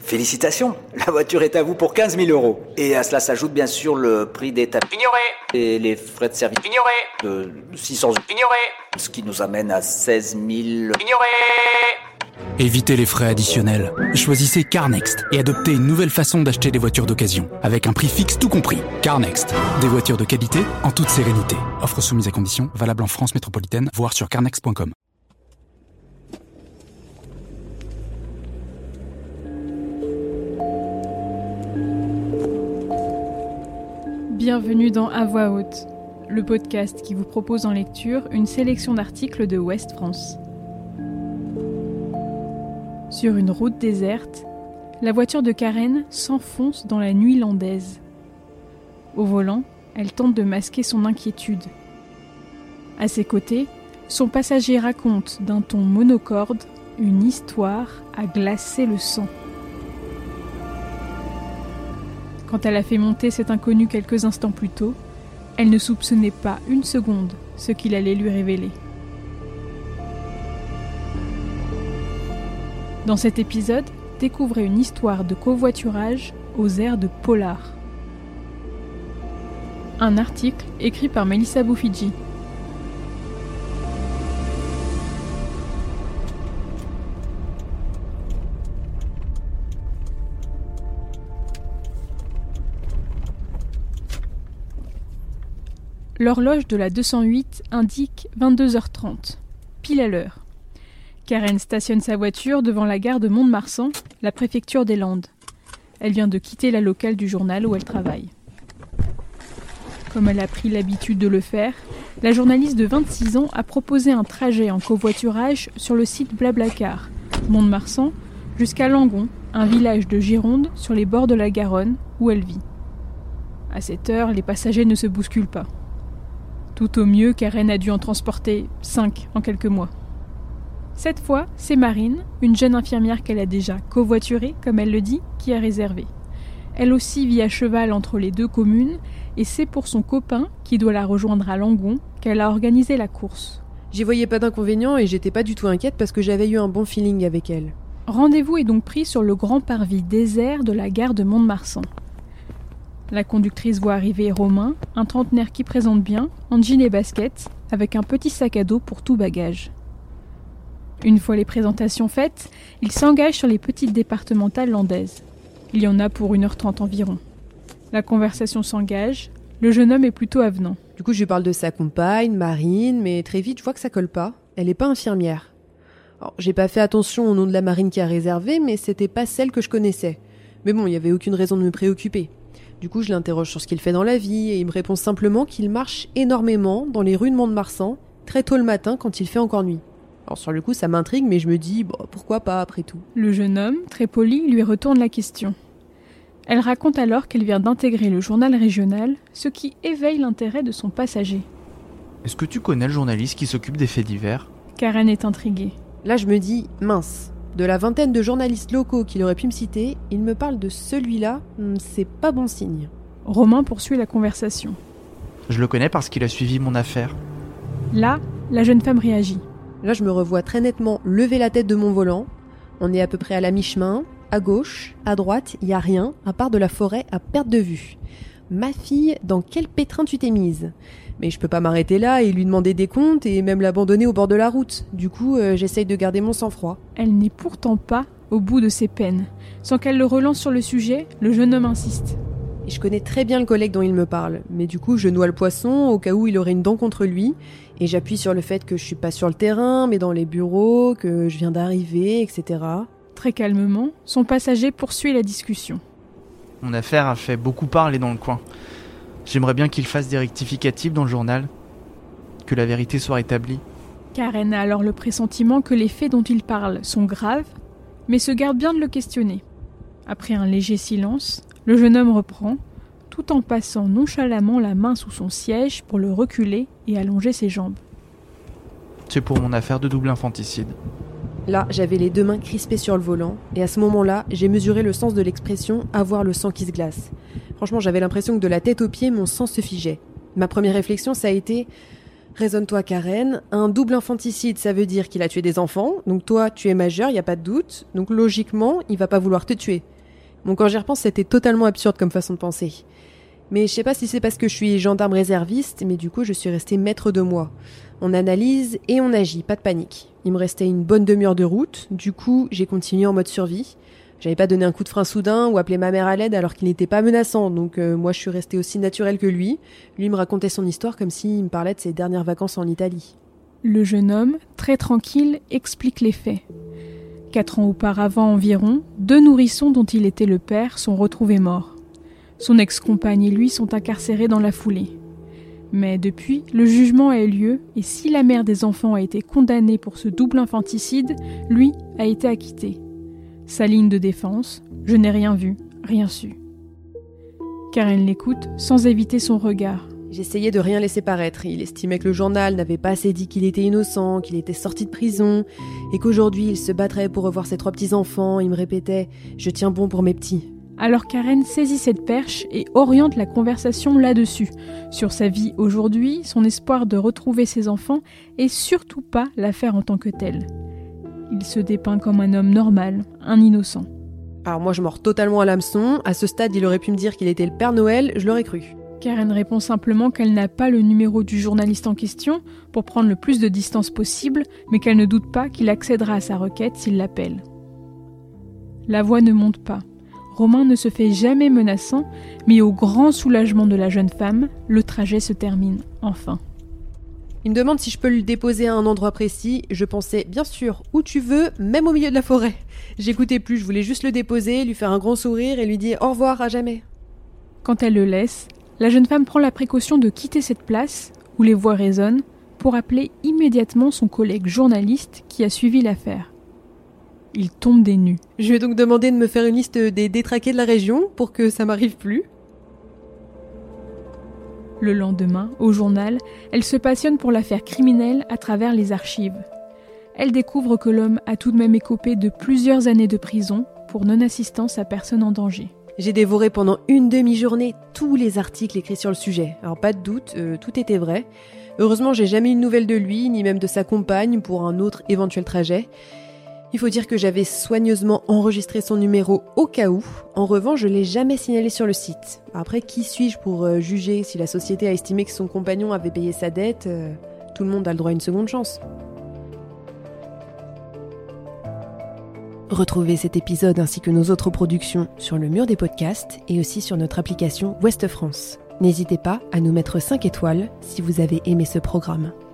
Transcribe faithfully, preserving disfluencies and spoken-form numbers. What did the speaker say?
Félicitations, la voiture est à vous pour quinze mille euros. Et à cela s'ajoute bien sûr le prix des tapis. Ignoré. Et les frais de service. Ignoré. De six cents euros. Ignoré. Ce qui nous amène à seize mille... Ignoré. Évitez les frais additionnels. Choisissez CarNext et adoptez une nouvelle façon d'acheter des voitures d'occasion. Avec un prix fixe tout compris. CarNext. Des voitures de qualité en toute sérénité. Offre soumise à conditions, valable en France métropolitaine, voire sur carnext point com. Bienvenue dans À Voix Haute, le podcast qui vous propose en lecture une sélection d'articles de Ouest France. Sur une route déserte, la voiture de Karen s'enfonce dans la nuit landaise. Au volant, elle tente de masquer son inquiétude. À ses côtés, son passager raconte d'un ton monocorde une histoire à glacer le sang. Quand elle a fait monter cet inconnu quelques instants plus tôt, elle ne soupçonnait pas une seconde ce qu'il allait lui révéler. Dans cet épisode, découvrez une histoire de covoiturage aux airs de polar. Un article écrit par Mélissa Boufidji. L'horloge de la deux cent huit indique vingt-deux heures trente, pile à l'heure. Karen stationne sa voiture devant la gare de Mont-de-Marsan, la préfecture des Landes. Elle vient de quitter la locale du journal où elle travaille. Comme elle a pris l'habitude de le faire, la journaliste de vingt-six ans a proposé un trajet en covoiturage sur le site Blablacar, Mont-de-Marsan, jusqu'à Langon, un village de Gironde sur les bords de la Garonne, où elle vit. À cette heure, les passagers ne se bousculent pas. Tout au mieux, Karen a dû en transporter cinq en quelques mois. Cette fois, c'est Marine, une jeune infirmière qu'elle a déjà covoiturée, comme elle le dit, qui a réservé. Elle aussi vit à cheval entre les deux communes, et c'est pour son copain, qui doit la rejoindre à Langon, qu'elle a organisé la course. J'y voyais pas d'inconvénient et j'étais pas du tout inquiète parce que j'avais eu un bon feeling avec elle. Rendez-vous est donc pris sur le grand parvis désert de la gare de Mont-de-Marsan. La conductrice voit arriver Romain, un trentenaire qui présente bien, en jean et basket, avec un petit sac à dos pour tout bagage. Une fois les présentations faites, il s'engage sur les petites départementales landaises. Il y en a pour une heure trente environ. La conversation s'engage, le jeune homme est plutôt avenant. Du coup, je lui parle de sa compagne, Marine, mais très vite, je vois que ça colle pas. Elle est pas infirmière. Alors, j'ai pas fait attention au nom de la Marine qui a réservé, mais c'était pas celle que je connaissais. Mais bon, il y avait aucune raison de me préoccuper. Du coup, je l'interroge sur ce qu'il fait dans la vie et il me répond simplement qu'il marche énormément dans les rues de Mont-de-Marsan, très tôt le matin quand il fait encore nuit. Alors sur le coup, ça m'intrigue, mais je me dis, bon, pourquoi pas après tout. Le jeune homme, très poli, lui retourne la question. Elle raconte alors qu'elle vient d'intégrer le journal régional, ce qui éveille l'intérêt de son passager. Est-ce que tu connais le journaliste qui s'occupe des faits divers ? Karen est intriguée. Là, je me dis, mince. De la vingtaine de journalistes locaux qu'il aurait pu me citer, il me parle de celui-là, c'est pas bon signe. Romain poursuit la conversation. Je le connais parce qu'il a suivi mon affaire. Là, la jeune femme réagit. Là, je me revois très nettement lever la tête de mon volant. On est à peu près à la mi-chemin. À gauche, à droite, il y a rien, à part de la forêt à perte de vue. Ma fille, dans quel pétrin tu t'es mise ? Mais je peux pas m'arrêter là et lui demander des comptes et même l'abandonner au bord de la route. Du coup, euh, j'essaye de garder mon sang-froid. Elle n'est pourtant pas au bout de ses peines. Sans qu'elle le relance sur le sujet, le jeune homme insiste. Et je connais très bien le collègue dont il me parle. Mais du coup, je noie le poisson au cas où il aurait une dent contre lui. Et j'appuie sur le fait que je suis pas sur le terrain, mais dans les bureaux, que je viens d'arriver, et cetera. Très calmement, son passager poursuit la discussion. Mon affaire a fait beaucoup parler dans le coin. J'aimerais bien qu'il fasse des rectificatifs dans le journal, que la vérité soit rétablie. Karen a alors le pressentiment que les faits dont il parle sont graves, mais se garde bien de le questionner. Après un léger silence, le jeune homme reprend, tout en passant nonchalamment la main sous son siège pour le reculer et allonger ses jambes. C'est pour mon affaire de double infanticide. Là, j'avais les deux mains crispées sur le volant, et à ce moment-là, j'ai mesuré le sens de l'expression « avoir le sang qui se glace ». Franchement, j'avais l'impression que de la tête aux pieds, mon sang se figeait. Ma première réflexion, ça a été « Raisonne-toi, Karen, un double infanticide, ça veut dire qu'il a tué des enfants, donc toi, tu es majeur, il n'y a pas de doute, donc logiquement, il va pas vouloir te tuer. Bon, quand j'y repense, c'était totalement absurde comme façon de penser. Mais je sais pas si c'est parce que je suis gendarme réserviste, mais du coup je suis restée maître de moi. On analyse et on agit, pas de panique. Il me restait une bonne demi-heure de route, du coup j'ai continué en mode survie. J'avais pas donné un coup de frein soudain ou appelé ma mère à l'aide alors qu'il n'était pas menaçant, donc euh, moi je suis restée aussi naturelle que lui. Lui me racontait son histoire comme s'il me parlait de ses dernières vacances en Italie. Le jeune homme, très tranquille, explique les faits. Quatre ans auparavant environ, deux nourrissons dont il était le père sont retrouvés morts. Son ex-compagne et lui sont incarcérés dans la foulée. Mais depuis, le jugement a eu lieu et si la mère des enfants a été condamnée pour ce double infanticide, lui a été acquitté. Sa ligne de défense, je n'ai rien vu, rien su. Karen l'écoute sans éviter son regard. J'essayais de rien laisser paraître. Il estimait que le journal n'avait pas assez dit qu'il était innocent, qu'il était sorti de prison, et qu'aujourd'hui il se battrait pour revoir ses trois petits-enfants. Il me répétait « Je tiens bon pour mes petits ». Alors Karen saisit cette perche et oriente la conversation là-dessus, sur sa vie aujourd'hui, son espoir de retrouver ses enfants et surtout pas l'affaire en tant que telle. Il se dépeint comme un homme normal, un innocent. Alors moi je mords totalement à l'hameçon, à ce stade il aurait pu me dire qu'il était le Père Noël, je l'aurais cru. Karen répond simplement qu'elle n'a pas le numéro du journaliste en question pour prendre le plus de distance possible, mais qu'elle ne doute pas qu'il accédera à sa requête s'il l'appelle. La voix ne monte pas. Romain ne se fait jamais menaçant, mais au grand soulagement de la jeune femme, le trajet se termine enfin. Il me demande si je peux le déposer à un endroit précis. Je pensais, bien sûr, où tu veux, même au milieu de la forêt. J'écoutais plus, je voulais juste le déposer, lui faire un grand sourire et lui dire au revoir à jamais. Quand elle le laisse, la jeune femme prend la précaution de quitter cette place, où les voix résonnent, pour appeler immédiatement son collègue journaliste qui a suivi l'affaire. Il tombe des nues. Je lui ai donc demandé de me faire une liste des détraqués de la région pour que ça m'arrive plus. Le lendemain, au journal, elle se passionne pour l'affaire criminelle à travers les archives. Elle découvre que l'homme a tout de même écopé de plusieurs années de prison pour non-assistance à personne en danger. J'ai dévoré pendant une demi-journée tous les articles écrits sur le sujet. Alors pas de doute, euh, tout était vrai. Heureusement, j'ai jamais eu de nouvelles de lui, ni même de sa compagne pour un autre éventuel trajet. Il faut dire que j'avais soigneusement enregistré son numéro au cas où. En revanche, je ne l'ai jamais signalé sur le site. Après, qui suis-je pour euh, juger si la société a estimé que son compagnon avait payé sa dette euh, Tout le monde a le droit à une seconde chance. Retrouvez cet épisode ainsi que nos autres productions sur le mur des podcasts et aussi sur notre application Ouest France. N'hésitez pas à nous mettre cinq étoiles si vous avez aimé ce programme.